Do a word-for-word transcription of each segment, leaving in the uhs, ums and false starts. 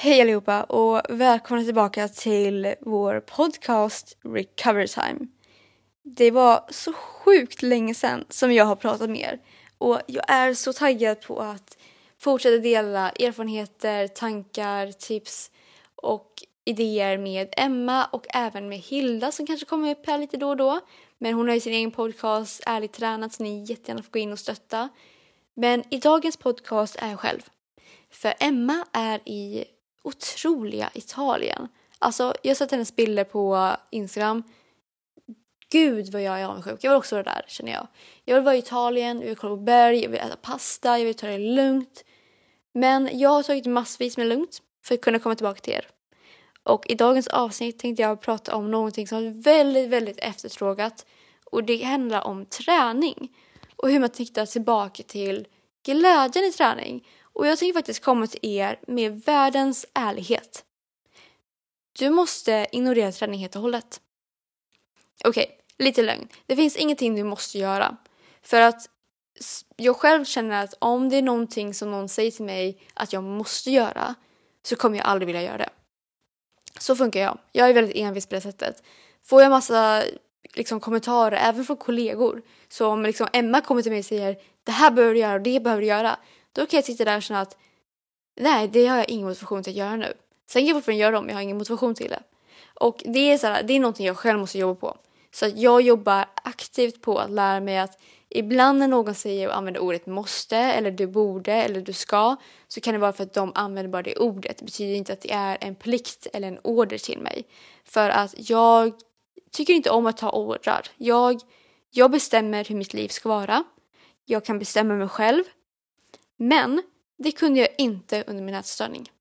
Hej allihopa och välkomna tillbaka till vår podcast Recovery Time. Det var så sjukt länge sedan som jag har pratat med er och jag är så taggad på att fortsätta dela erfarenheter, tankar, tips och idéer med Emma och även med Hilda som kanske kommer upp här lite då och då. Men hon har ju sin egen podcast, Ärligt tränat, så ni jättegärna får gå in och stötta. Men i dagens podcast är jag själv. För Emma är i otroliga Italien. Alltså, jag har sett hennes bilder på Instagram. Gud vad jag är avundsjuk. Jag vill också vara där, känner jag. Jag vill vara i Italien, jag vill kolla på berg, jag vill äta pasta, jag vill ta det lugnt. Men jag har tagit massvis med lugnt för att kunna komma tillbaka till er. Och i dagens avsnitt tänkte jag prata om någonting som är väldigt, väldigt efterfrågat. Och det handlar om träning. Och hur man tittar tillbaka till glädjen i träning. Och jag tänker faktiskt komma till er med världens ärlighet. Du måste ignorera träning helt och hållet. Okej, okay, lite lögn. Det finns ingenting du måste göra. För att jag själv känner att om det är någonting som någon säger till mig att jag måste göra, så kommer jag aldrig vilja göra det. Så funkar jag. Jag är väldigt envis på det sättet. Får jag massa liksom, kommentarer, även från kollegor. Så om liksom, Emma kommer till mig och säger det här behöver du göra och det behöver du göra. Då kan jag sitta där och känna att nej, det har jag ingen motivation till att göra nu. Sen kan jag fortfarande göra det om jag har ingen motivation till det. Och det är, så här, det är någonting jag själv måste jobba på. Så att jag jobbar aktivt på att lära mig att ibland när någon säger och använder ordet måste eller du borde eller du ska, så kan det vara för att de använder bara det ordet. Det betyder inte att det är en plikt eller en order till mig. För att jag tycker inte om att ta ordrar. Jag, jag bestämmer hur mitt liv ska vara. Jag kan bestämma mig själv. Men det kunde jag inte under min ätstörning.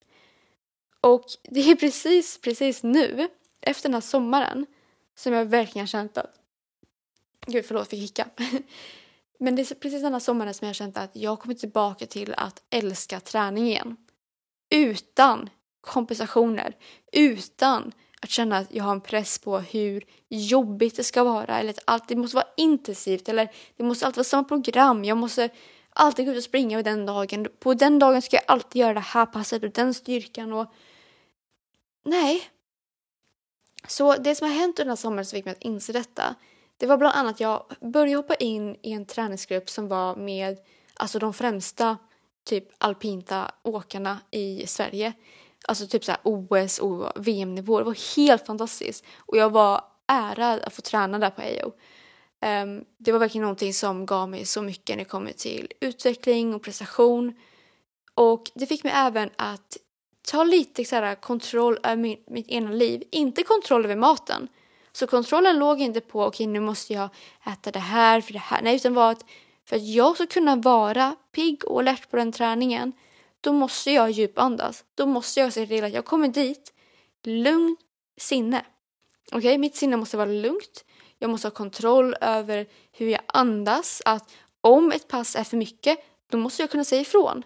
Och det är precis, precis nu, efter den här sommaren, som jag verkligen känt att... Gud, förlåt, fick hicka. Men det är precis den här sommaren som jag har känt att jag kommer tillbaka till att älska träning igen. Utan kompensationer. Utan att känna att jag har en press på hur jobbigt det ska vara. Eller att allt det måste vara intensivt. Eller det måste alltid vara samma program. Jag måste alltid gå ut och springa den dagen. På den dagen ska jag alltid göra det här passet och den styrkan. Och... Nej. Så det som har hänt under den här sommaren som fick mig att inse detta, det var bland annat att jag började hoppa in i en träningsgrupp som var med alltså de främsta typ alpinta åkarna i Sverige. Alltså typ så här O S och V M-nivå. Det var helt fantastiskt. Och jag var ärad att få träna där på A O. Um, det var verkligen någonting som gav mig så mycket när det kommer till utveckling och prestation. Och det fick mig även att ta lite så här, kontroll över min, mitt ena liv. Inte kontroll över maten. Så kontrollen låg inte på okej, okay, nu måste jag äta det här för det här. Nej, utan var att för att jag ska kunna vara pigg och alert på den träningen, då måste jag djupandas. Då måste jag se till att jag kommer dit lugn sinne. Okej, okay? Mitt sinne måste vara lugnt. Jag måste ha kontroll över hur jag andas. Att om ett pass är för mycket, då måste jag kunna säga ifrån.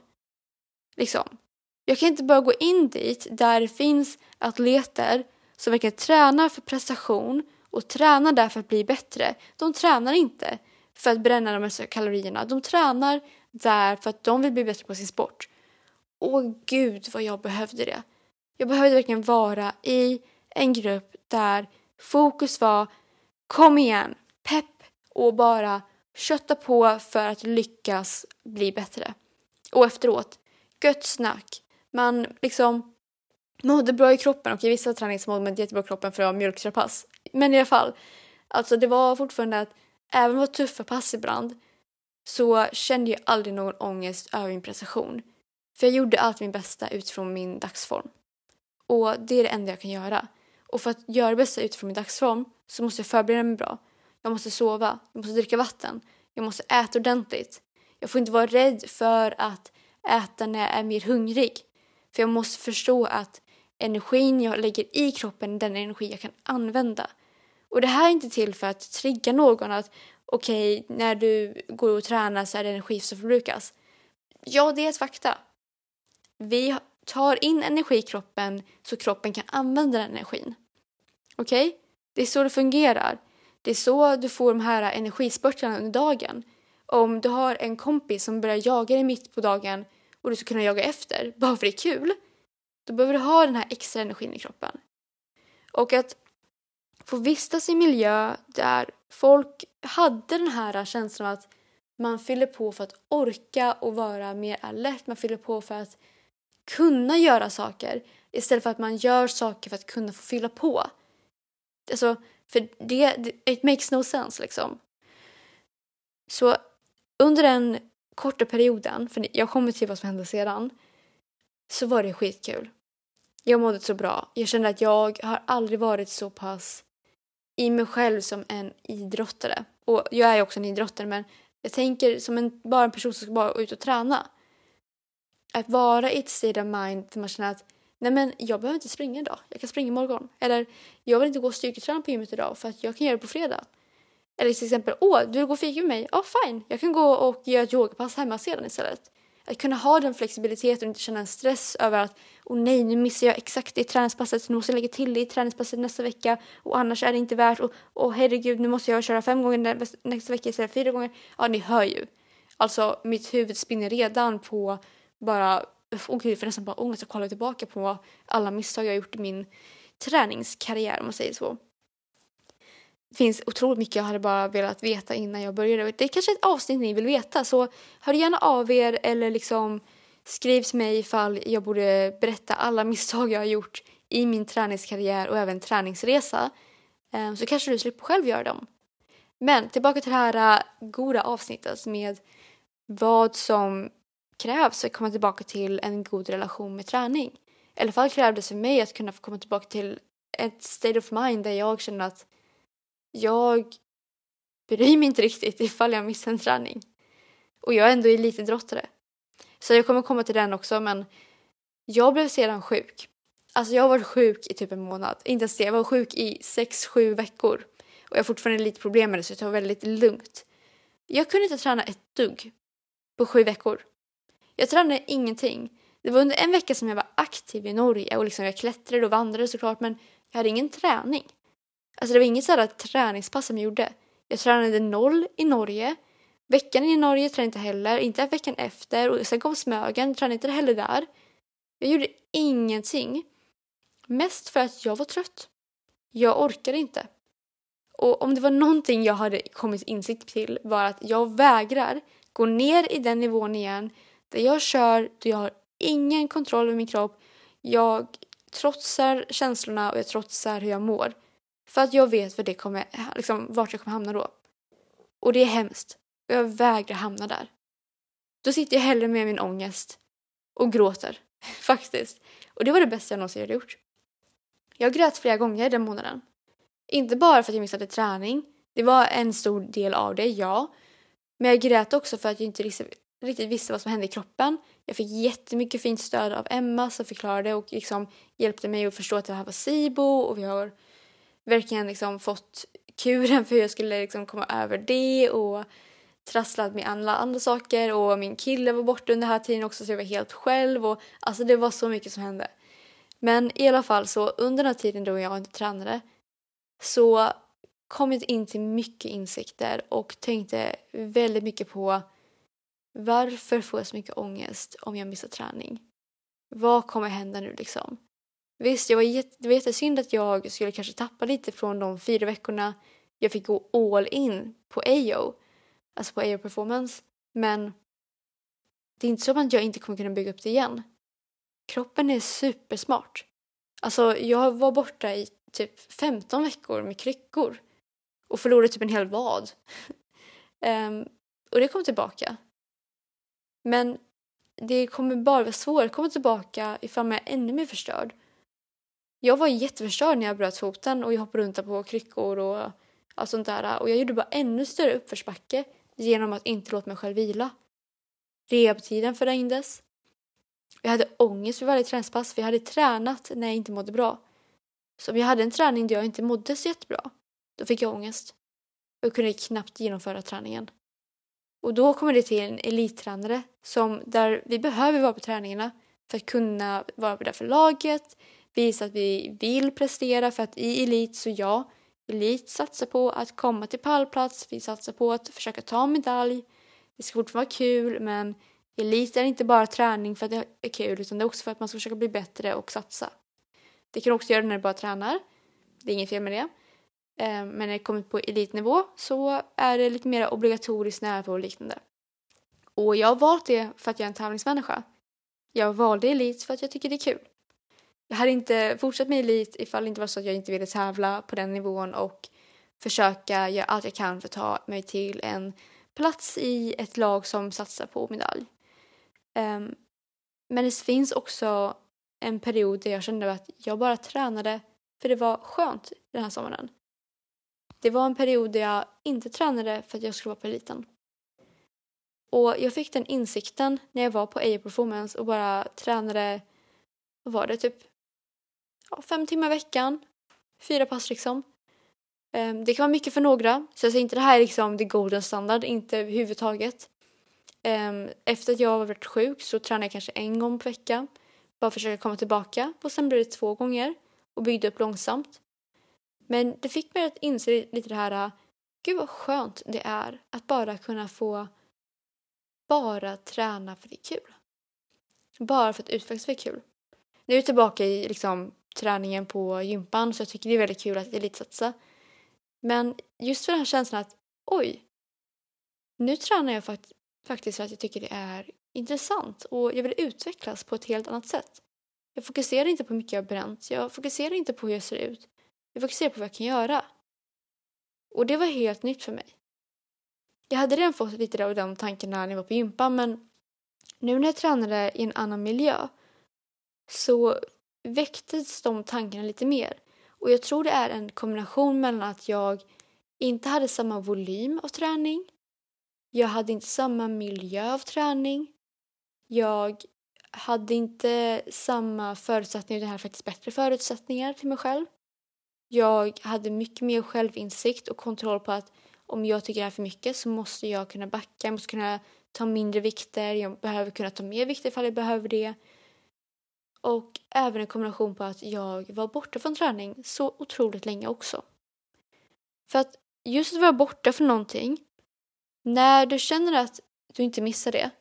Liksom. Jag kan inte bara gå in dit där det finns atleter som verkligen tränar för prestation och tränar där för att bli bättre. De tränar inte för att bränna de här kalorierna. De tränar där för att de vill bli bättre på sin sport. Åh gud vad jag behövde det. Jag behövde verkligen vara i en grupp där fokus var kom igen, pepp och bara kötta på för att lyckas bli bättre. Och efteråt, gött snack. Man liksom mådde bra i kroppen och i vissa träningsmål mådde man jättebra i kroppen för att ha mjölksyrapass. Men i alla fall, alltså det var fortfarande att även om det var tuffa pass ibland så kände jag aldrig någon ångest över min prestation. För jag gjorde allt min bästa utifrån min dagsform. Och det är det enda jag kan göra. Och för att göra det bästa utifrån min dagsform så måste jag förbereda mig bra. Jag måste sova, jag måste dricka vatten, jag måste äta ordentligt. Jag får inte vara rädd för att äta när jag är mer hungrig. För jag måste förstå att energin jag lägger i kroppen är den energi jag kan använda. Och det här är inte till för att trigga någon att okej, okay, när du går och tränar så är det energi som förbrukas. Ja, det är ett fakta. Vi tar in energi i kroppen så kroppen kan använda den energin. Okej? Okay? Det är så det fungerar. Det är så du får de här energispurtarna under dagen. Om du har en kompis som börjar jaga dig mitt på dagen och du ska kunna jaga efter, bara för det är kul, Då behöver du ha den här extra energin i kroppen. Och att få vistas i miljö där folk hade den här känslan av att man fyller på för att orka och vara mer alert. Man fyller på för att kunna göra saker istället för att man gör saker för att kunna få fylla på. Alltså, för det, it makes no sense liksom. Så under den korta perioden, för jag kommer till vad som hände sedan, så var det skitkul. Jag mådde så bra. Jag kände att jag har aldrig varit så pass i mig själv som en idrottare. Och jag är också en idrottare, men jag tänker som en, bara en person som ska bara ut och träna. Att vara i ett state of mind där man känner att nej men jag behöver inte springa idag. Jag kan springa imorgon. Eller jag vill inte gå och styrketräna på gymmet idag för att jag kan göra det på fredag. Eller till exempel, åh, du vill gå och fika med mig? Ja, oh, fine. Jag kan gå och göra ett yogapass hemma sedan istället. Att kunna ha den flexibiliteten och inte känna en stress över att åh oh, nej, nu missar jag exakt det i träningspasset så nu måste jag lägga till det i träningspasset nästa vecka och annars är det inte värt och oh, herregud, nu måste jag köra fem gånger nästa vecka istället för fyra gånger. Ja, ni hör ju. Alltså, mitt huvud spinner redan på bara, åh gud, för nästan bara ångest att kolla tillbaka på alla misstag jag har gjort i min träningskarriär, om man säger så. Det finns otroligt mycket jag hade bara velat veta innan jag började. Det är kanske ett avsnitt ni vill veta, så hör gärna av er eller liksom skriv till mig ifall jag borde berätta alla misstag jag har gjort i min träningskarriär och även träningsresa. Så kanske du slipper själv göra dem. Men tillbaka till det här goda avsnittet med vad som krävs för att komma tillbaka till en god relation med träning. I alla fall krävdes för mig att kunna få komma tillbaka till ett state of mind där jag känner att jag bryr mig inte riktigt ifall jag missar en träning. Och jag är ändå elitidrottare. Så jag kommer komma till den också, men jag blev sedan sjuk. Alltså jag har varit sjuk i typ en månad. Inte ens det, jag var sjuk i sex sju veckor. Och jag har fortfarande lite problem med det så jag tar väldigt lugnt. Jag kunde inte träna ett dugg på sju veckor. Jag tränade ingenting. Det var under en vecka som jag var aktiv i Norge och liksom jag klättrade och vandrade såklart, men jag hade ingen träning. Alltså det var inget sådär träningspass som jag gjorde. Jag tränade noll i Norge. Veckan i Norge tränade inte heller. Inte veckan efter. Och sen kom Smögen. Tränade inte heller där. Jag gjorde ingenting. Mest för att jag var trött. Jag orkade inte. Och om det var någonting jag hade kommit insikt till var att jag vägrar gå ner i den nivån igen. Där jag kör, då jag har ingen kontroll över min kropp. Jag trotsar känslorna och jag trotsar hur jag mår. För att jag vet vad det kommer, liksom, vart jag kommer hamna då. Och det är hemskt. Och jag vägrar hamna där. Då sitter jag hellre med min ångest och gråter. Faktiskt. Och det var det bästa jag någonsin hade gjort. Jag grät flera gånger den månaden. Inte bara för att jag missade träning. Det var en stor del av det, ja. Men jag grät också för att jag inte riktigt visste vad som hände i kroppen. Jag fick jättemycket fint stöd av Emma som förklarade och liksom hjälpte mig att förstå att det här var SIBO. Och vi har verkligen liksom fått kuren för hur jag skulle liksom komma över det och trasslat med alla andra saker. Och min kille var borta under den här tiden också så jag var helt själv. Och alltså det var så mycket som hände. Men i alla fall så under den här tiden då jag inte tränade så kom jag in till mycket insikter och tänkte väldigt mycket på varför får jag så mycket ångest om jag missar träning? Vad kommer hända nu liksom? Visst, jag var jätte, det var jättesynd att jag skulle kanske tappa lite från de fyra veckorna jag fick gå all in på A O. Alltså på A O Performance. Men det är inte så att jag inte kommer kunna bygga upp det igen. Kroppen är supersmart. Alltså jag var borta i typ femton veckor med kryckor. Och förlorade typ en hel vad. um, och det kom tillbaka. Men det kommer bara vara svårt att komma tillbaka ifall man är ännu mer förstörd. Jag var jätteförstörd när jag bröt foten och jag hoppade runt på kryckor och allt sånt där. Och jag gjorde bara ännu större uppförsbacke genom att inte låta mig själv vila. Rehabtiden förlängdes. Jag hade ångest för varje träningspass för jag hade tränat när jag inte mådde bra. Så om jag hade en träning där jag inte mådde så jättebra, då fick jag ångest. Och jag kunde knappt genomföra träningen. Och då kommer det till en elittränare som där vi behöver vara på träningarna för att kunna vara där för laget, visa att vi vill prestera för att i elit så ja, elit satsar på att komma till pallplats, vi satsar på att försöka ta medalj. Det ska fortfarande vara kul men elit är inte bara träning för att det är kul, utan det är också för att man ska försöka bli bättre och satsa. Det kan också göra när du bara tränar. Det är inget fel med det. Men när det kommer på elitnivå så är det lite mer obligatoriskt närvaro och liknande. Och jag har valt det för att jag är en tävlingsmänniska. Jag valde elit för att jag tycker det är kul. Jag hade inte fortsatt med elit ifall det inte var så att jag inte ville tävla på den nivån och försöka göra allt jag kan för att ta mig till en plats i ett lag som satsar på medalj. Um, men det finns också en period där jag kände att jag bara tränade för det var skönt den här sommaren. Det var en period där jag inte tränade för att jag skulle vara på eliten. Och jag fick den insikten när jag var på A I Performance och bara tränade, vad var det, typ ja, fem timmar i veckan. Fyra pass liksom. Um, det kan vara mycket för några. Så jag säger inte det här är liksom the golden standard, inte överhuvudtaget. Um, efter att jag har varit sjuk så tränade jag kanske en gång per vecka. Bara försöka komma tillbaka. Och sen blev det två gånger. Och byggde upp långsamt. Men det fick mig att inse lite det här. Gud vad skönt det är att bara kunna få bara träna för det är kul. Bara för att utvecklas för det är kul. Nu är jag tillbaka i liksom, träningen på gympan. Så jag tycker det är väldigt kul att elitsatsa. Men just för den här känslan att oj. Nu tränar jag fakt- faktiskt för att jag tycker det är intressant. Och jag vill utvecklas på ett helt annat sätt. Jag fokuserar inte på hur mycket jag har bränt. Jag fokuserar inte på hur jag ser ut. Jag fokuserar på vad jag kan göra. Och det var helt nytt för mig. Jag hade redan fått lite av de tankarna när jag var på gympan. Men nu när jag tränade i en annan miljö. Så väcktes de tankarna lite mer. Och jag tror det är en kombination mellan att jag inte hade samma volym av träning. Jag hade inte samma miljö av träning. Jag hade inte samma förutsättningar. Det här faktiskt bättre förutsättningar till mig själv. Jag hade mycket mer självinsikt och kontroll på att om jag tycker det är för mycket så måste jag kunna backa. Jag måste kunna ta mindre vikter. Jag behöver kunna ta mer vikter ifall jag behöver det. Och även en kombination på att jag var borta från träning så otroligt länge också. För att just att vara borta från någonting. När du känner att du inte missar det.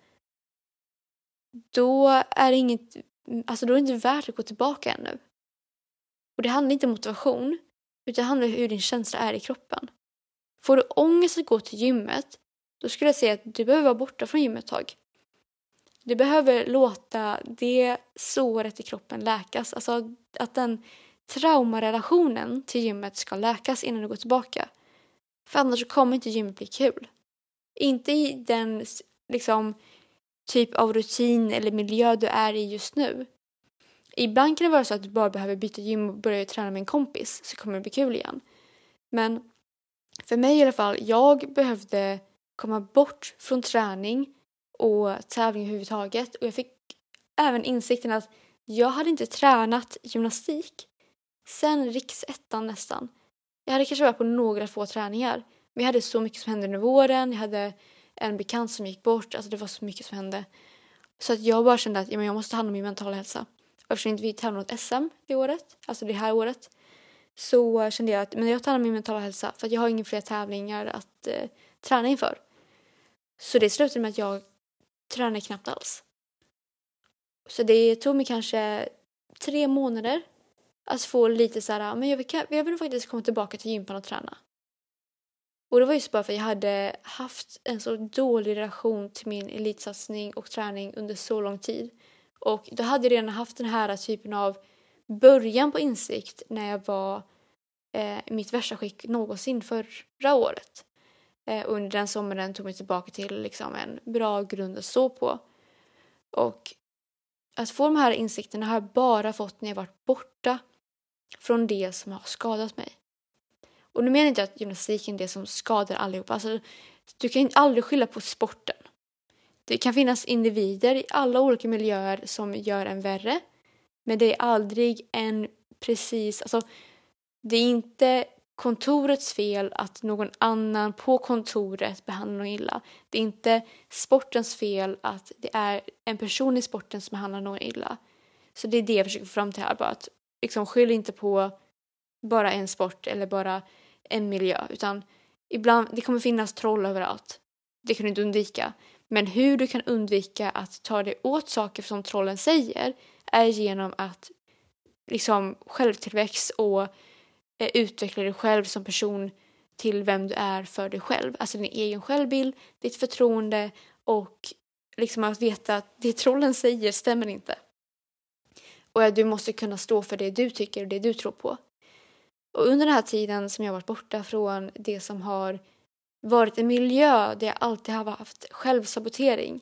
Då är det inget, alltså då är det inte värt att gå tillbaka ännu. Och det handlar inte om motivation. Utan det handlar om hur din känsla är i kroppen. Får du ångest att gå till gymmet. Då skulle jag säga att du behöver vara borta från gymmet ett tag. Du behöver låta det såret i kroppen läkas. Alltså att den traumarelationen till gymmet ska läkas innan du går tillbaka. För annars kommer inte gymmet bli kul. Inte i den liksom, typ av rutin eller miljö du är i just nu. Ibland kan det vara så att du bara behöver byta gym och börja träna med en kompis. Så kommer det bli kul igen. Men för mig i alla fall. Jag behövde komma bort från träning och tävling överhuvudtaget. Och jag fick även insikten att jag hade inte tränat gymnastik sen riksettan nästan. Jag hade kanske varit på några få träningar. Men jag hade så mycket som hände under våren. Jag hade en bekant som gick bort. Alltså det var så mycket som hände. Så att jag bara kände att ja, men jag måste handla om min mentala hälsa. Och eftersom inte vi tävlade något S M det året. Alltså det här året. Så kände jag att men jag tar hand om min mentala hälsa. För att jag har inga fler tävlingar att eh, träna inför. Så det slutade med att jag tränade knappt alls. Så det tog mig kanske tre månader. Att få lite så här. Men jag vill, jag vill faktiskt komma tillbaka till gympan och träna. Och det var just bara för att jag hade haft en så dålig relation till min elitsatsning och träning under så lång tid. Och då hade jag redan haft den här typen av början på insikt när jag var eh, i mitt värsta skick någonsin förra året. Eh, under den sommaren tog mig tillbaka till liksom, en bra grund att stå på. Och att få de här insikterna har jag bara fått när jag varit borta från det som har skadat mig. Och nu menar jag inte att gymnastiken är det som skadar allihopa. Alltså, du kan aldrig skylla på sporten. Det kan finnas individer i alla olika miljöer som gör en värre. Men det är aldrig en precis... Alltså, det är inte kontorets fel att någon annan på kontoret behandlar någon illa. Det är inte sportens fel att det är en person i sporten som behandlar någon illa. Så det är det jag försöker få fram till här. Bara att liksom, skyll inte på bara en sport eller bara en miljö. Utan ibland, det kommer finnas troll överallt. Det kan du inte undvika. Men hur du kan undvika att ta dig åt saker som trollen säger är genom att liksom självtillväxt och eh, utveckla dig själv som person till vem du är för dig själv. Alltså din egen självbild, ditt förtroende och liksom att veta att det trollen säger stämmer inte. Och att du måste kunna stå för det du tycker och det du tror på. Och under den här tiden som jag varit borta från det som har varit en miljö där jag alltid har haft självsabotering.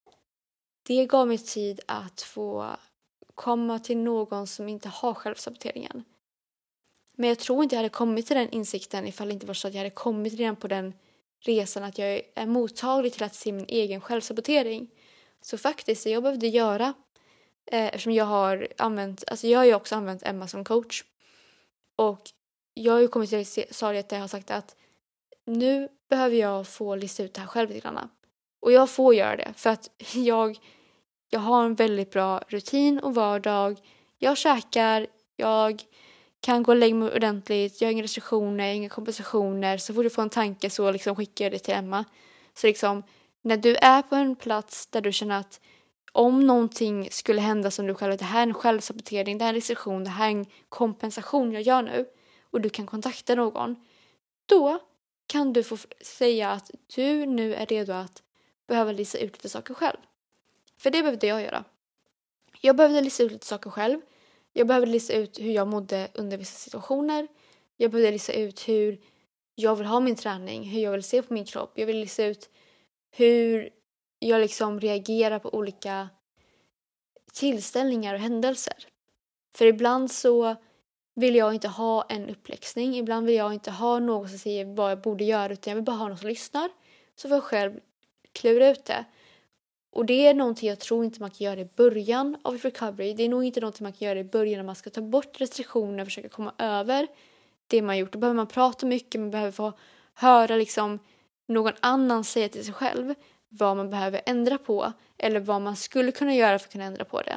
Det gav mig tid att få komma till någon som inte har självsaboteringen. Men jag tror inte jag hade kommit till den insikten ifall det inte var så att jag hade kommit redan på den resan att jag är mottaglig till att se min egen självsabotering. Så faktiskt det jag behövde göra eh, eftersom jag har använt, alltså jag har ju också använt Emma som coach. Och jag har ju kommit till det stadiet där jag har sagt att nu behöver jag få lista ut det här själv lite grann. Och jag får göra det för att jag, jag har en väldigt bra rutin och vardag. Jag käkar, jag kan gå och lägga mig ordentligt, jag har inga restriktioner, inga kompensationer. Så fort du får en tanke så liksom skickar jag det till Emma. Så liksom, när du är på en plats där du känner att om någonting skulle hända som du själv, det här är en självsabotering, det här är en restriktion, det här är en kompensation jag gör nu. Och du kan kontakta någon. Då kan du få säga att du nu är redo att behöva lista ut lite saker själv. För det behövde jag göra. Jag behövde lista ut lite saker själv. Jag behövde lista ut hur jag mådde under vissa situationer. Jag behövde lista ut hur jag vill ha min träning. Hur jag vill se på min kropp. Jag vill lista ut hur jag liksom reagerar på olika tillställningar och händelser. För ibland så vill jag inte ha en uppläxning. Ibland vill jag inte ha någon som säger vad jag borde göra. Utan jag vill bara ha någon som lyssnar. Så får jag själv klura ut det. Och det är någonting jag tror inte man kan göra i början av recovery. Det är nog inte någonting man kan göra i början när man ska ta bort restriktioner och försöka komma över det man gjort. Då behöver man prata mycket, man behöver få höra liksom någon annan säga till sig själv vad man behöver ändra på. Eller vad man skulle kunna göra för att kunna ändra på det.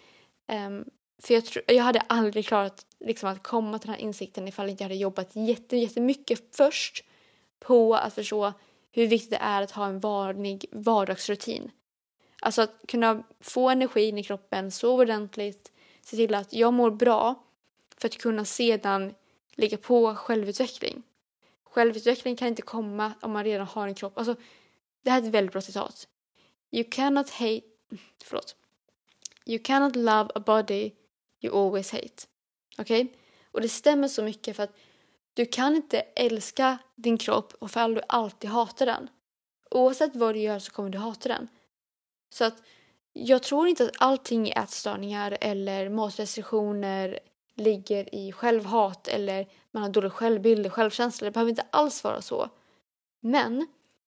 Um, för jag, tro, jag hade aldrig klarat liksom, att komma till den här insikten ifall inte jag hade jobbat jätte, jättemycket först på att förstå hur viktigt det är att ha en vanlig vardagsrutin. Alltså att kunna få energin i kroppen så ordentligt. Se till att jag mår bra. För att kunna sedan lägga på självutveckling. Självutveckling kan inte komma om man redan har en kropp. Alltså, det här är ett väldigt bra citat. You cannot hate... Förlåt. You cannot love a body you always hate. Okej? Okay? Och det stämmer så mycket för att du kan inte älska din kropp och för att du alltid hatar den. Oavsett vad du gör så kommer du hata den. Så att jag tror inte att allting i ätstörningar eller matrestriktioner ligger i självhat eller man har dålig självbild och självkänsla. Det behöver inte alls vara så. Men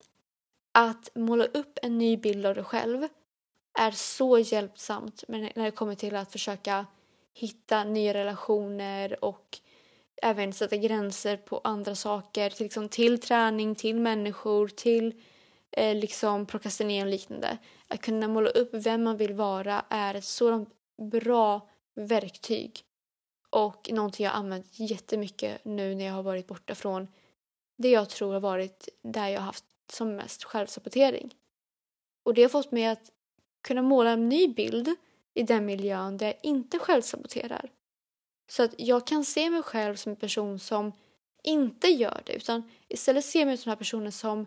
att måla upp en ny bild av dig själv är så hjälpsamt när det kommer till att försöka hitta nya relationer och även sätta gränser på andra saker. Till, liksom, till träning, till människor, till eh, liksom prokrastinering och liknande. Att kunna måla upp vem man vill vara är ett sådant bra verktyg. Och någonting jag har använt jättemycket nu när jag har varit borta från det jag tror har varit där jag har haft som mest självsabotering. Och det har fått mig att kunna måla en ny bild i den miljön där jag inte självsaboterar. Så att jag kan se mig själv som en person som inte gör det. Utan istället se mig som den här personen som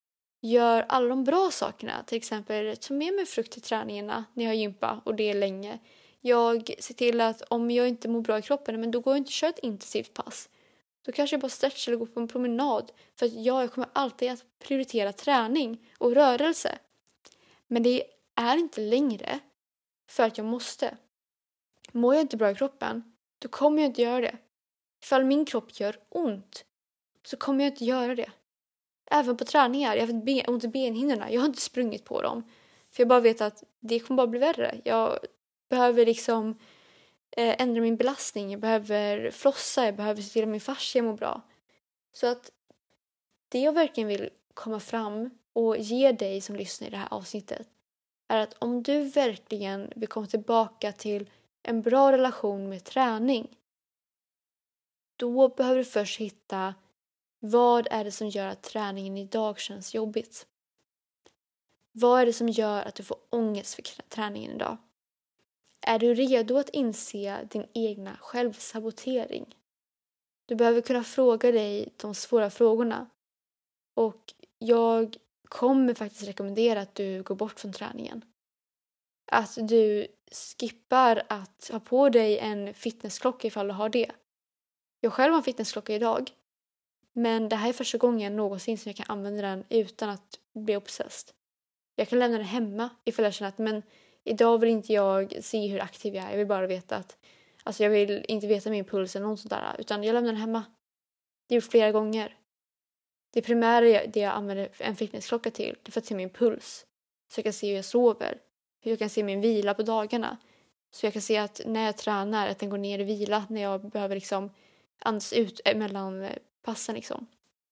gör alla de bra sakerna. Till exempel ta med mig frukt till träningarna när jag gympa och det är länge. Jag ser till att om jag inte mår bra i kroppen, men då går jag inte att köra ett intensivt pass. Då kanske jag bara stretchar eller går på en promenad. För att jag, jag kommer alltid att prioritera träning och rörelse. Men det är inte längre för att jag måste. Mår jag inte bra i kroppen, då kommer jag inte göra det. Ifall min kropp gör ont så kommer jag inte göra det. Även på träningar. Jag har fått ben, ont i benhinnorna. Jag har inte sprungit på dem. För jag bara vet att det kommer bara bli värre. Jag behöver liksom eh, ändra min belastning. Jag behöver flossa. Jag behöver se till att min fascia mår bra. Så att det jag verkligen vill komma fram och ge dig som lyssnar i det här avsnittet är att om du verkligen vill komma tillbaka till en bra relation med träning, då behöver du först hitta vad är det som gör att träningen idag känns jobbigt. Vad är det som gör att du får ångest för träningen idag? Är du redo att inse din egna självsabotering? Du behöver kunna fråga dig de svåra frågorna. Och jag kommer faktiskt rekommendera att du går bort från träningen. Att du skippar att ha på dig en fitnessklocka ifall du har det. Jag själv har en fitnessklocka idag. Men det här är första gången någonsin som jag kan använda den utan att bli obsessed. Jag kan lämna den hemma ifall jag känner att men idag vill inte jag se hur aktiv jag är. Jag vill bara veta att alltså jag vill inte veta min puls eller något sånt där. Utan jag lämnar den hemma. Det har gjort flera gånger. Det primära det jag använder en fitnessklocka till är för att se min puls. Så jag kan se hur jag sover. Hur jag kan se min vila på dagarna. Så jag kan se att när jag tränar att den går ner i vila. När jag behöver liksom andas ut mellan passen liksom.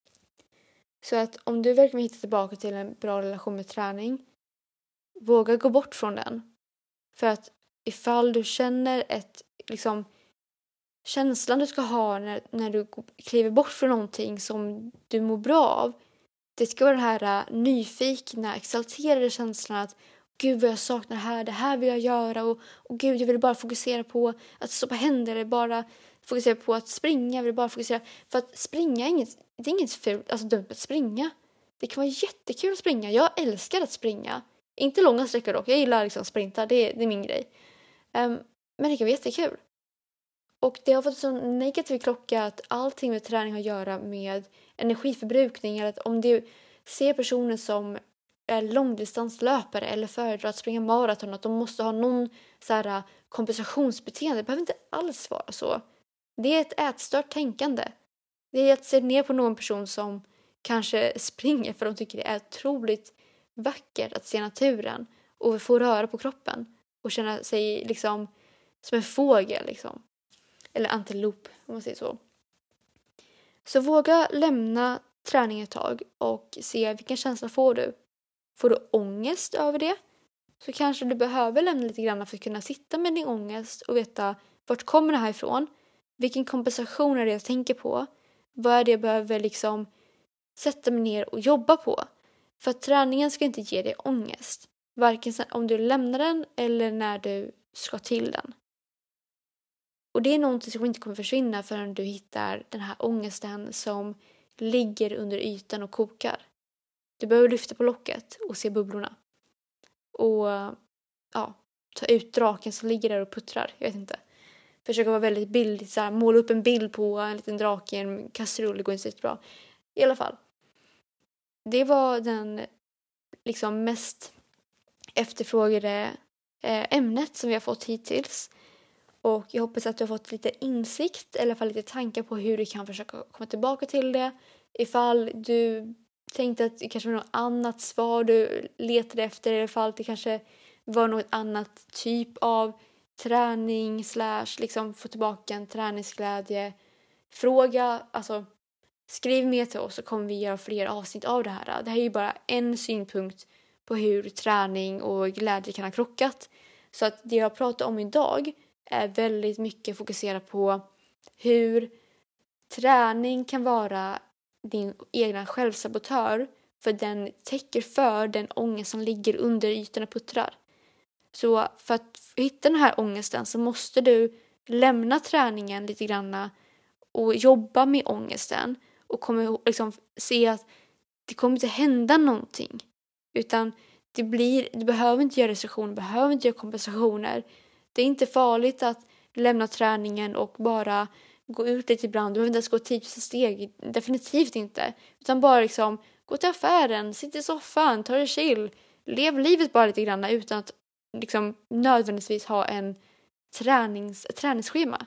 Så att om du verkligen hittar tillbaka till en bra relation med träning. Våga gå bort från den. För att ifall du känner ett liksom känslan du ska ha när, när du kliver bort från någonting som du mår bra av. Det ska vara den här uh, nyfikna, exalterade känslan att gud vad jag saknar här, det här vill jag göra och, och gud jag vill bara fokusera på att stå på händer eller bara fokusera på att springa, jag vill bara fokusera för att springa är inget, det är inget fult, alltså dumt att springa. Det kan vara jättekul att springa, jag älskar att springa. Inte långa sträckor dock, jag gillar liksom sprinta, det, det är min grej. Um, men det kan vara jättekul. Och det har fått en sån negativ klocka att allting med träning har att göra med energiförbrukning. Eller att om du ser personer som är långdistanslöpare eller föredrar att springa maraton att de måste ha någon så här kompensationsbeteende. Det behöver inte alls vara så. Det är ett ätstört tänkande. Det är att se ner på någon person som kanske springer för de tycker det är otroligt vackert att se naturen och få röra på kroppen och känna sig liksom som en fågel liksom. Eller antilop om man säger så. Så våga lämna träning ett tag och se vilken känsla får du. Får du ångest över det? Så kanske du behöver lämna lite grann för att kunna sitta med din ångest och veta vart kommer det här ifrån? Vilken kompensation är det jag tänker på? Vad är det jag behöver liksom sätta mig ner och jobba på? För att träningen ska inte ge dig ångest. Varken om du lämnar den eller när du ska till den. Och det är någonting som inte kommer försvinna förrän du hittar den här ångesten som ligger under ytan och kokar. Du behöver lyfta på locket och se bubblorna. Och ja, ta ut draken som ligger där och puttrar. Jag vet inte. Försöka vara väldigt bildigt. Så här, måla upp en bild på en liten drake i en kastrull. Det går inte så bra. I alla fall. Det var den liksom mest efterfrågade eh, ämnet som vi har fått hittills. Och jag hoppas att du har fått lite insikt. Eller i alla fall lite tankar på hur du kan försöka komma tillbaka till det. Ifall du tänkte att det kanske var något annat svar du letade efter. I alla fall det kanske var något annat typ av träning slash liksom få tillbaka en träningsglädje. Fråga, alltså skriv med till oss så kommer vi göra fler avsnitt av det här. Det här är ju bara en synpunkt på hur träning och glädje kan ha krockat. Så att det jag pratar om idag är väldigt mycket fokuserat på hur träning kan vara din egna självsabotör för den täcker för den ångest som ligger under ytan och puttrar. Så för att hitta den här ångesten så måste du lämna träningen lite grann och jobba med ångesten och kommer liksom se att det kommer inte hända någonting utan det blir, du behöver inte göra restriktioner, du behöver inte göra kompensationer. Det är inte farligt att lämna träningen och bara gå ut lite ibland. Du behöver inte ens gå tio tusen steg. Definitivt inte. Utan bara liksom gå till affären. Sitt i soffan. Ta det chill. Lev livet bara lite grann utan att liksom nödvändigtvis ha en tränings, ett träningsschema.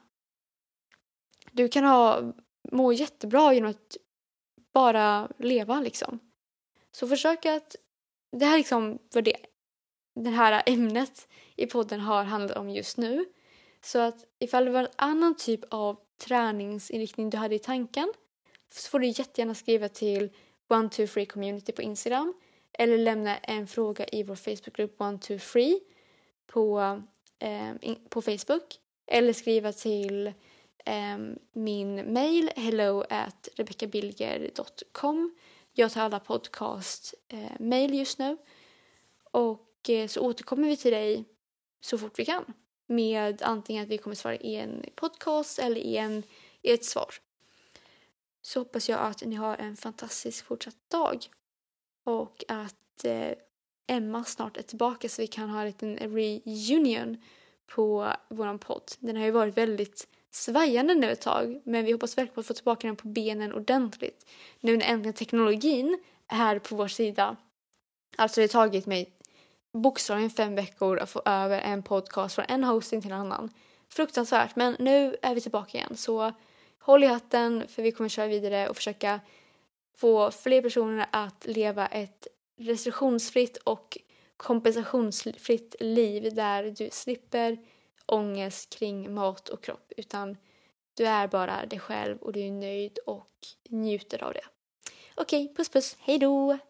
Du kan ha må jättebra genom att bara leva liksom. Så försök att det här liksom vad det det här ämnet i podden har handlat om just nu. Så att ifall det var en annan typ av träningsinriktning du hade i tanken så får du jättegärna skriva till one two three community på Instagram eller lämna en fråga i vår Facebookgrupp one two three på, eh, in, på Facebook eller skriva till eh, min mail hello at rebeccabilger dot com. Jag tar alla podcast eh, mail just nu. Och eh, så återkommer vi till dig så fort vi kan. Med antingen att vi kommer svara i en podcast eller i, en, i ett svar. Så hoppas jag att ni har en fantastisk fortsatt dag. Och att eh, Emma snart är tillbaka så vi kan ha en liten reunion på våran podd. Den har ju varit väldigt svajande nu ett tag. Men vi hoppas verkligen på att få tillbaka den på benen ordentligt. Nu när äntligen teknologin är på vår sida. Alltså det har tagit mig bokstavligen fem veckor att få över en podcast från en hosting till en annan. Fruktansvärt, men nu är vi tillbaka igen. Så håll i hatten för vi kommer köra vidare och försöka få fler personer att leva ett restriktionsfritt och kompensationsfritt liv där du slipper ångest kring mat och kropp utan du är bara dig själv och du är nöjd och njuter av det. Okej, puss puss, hej då!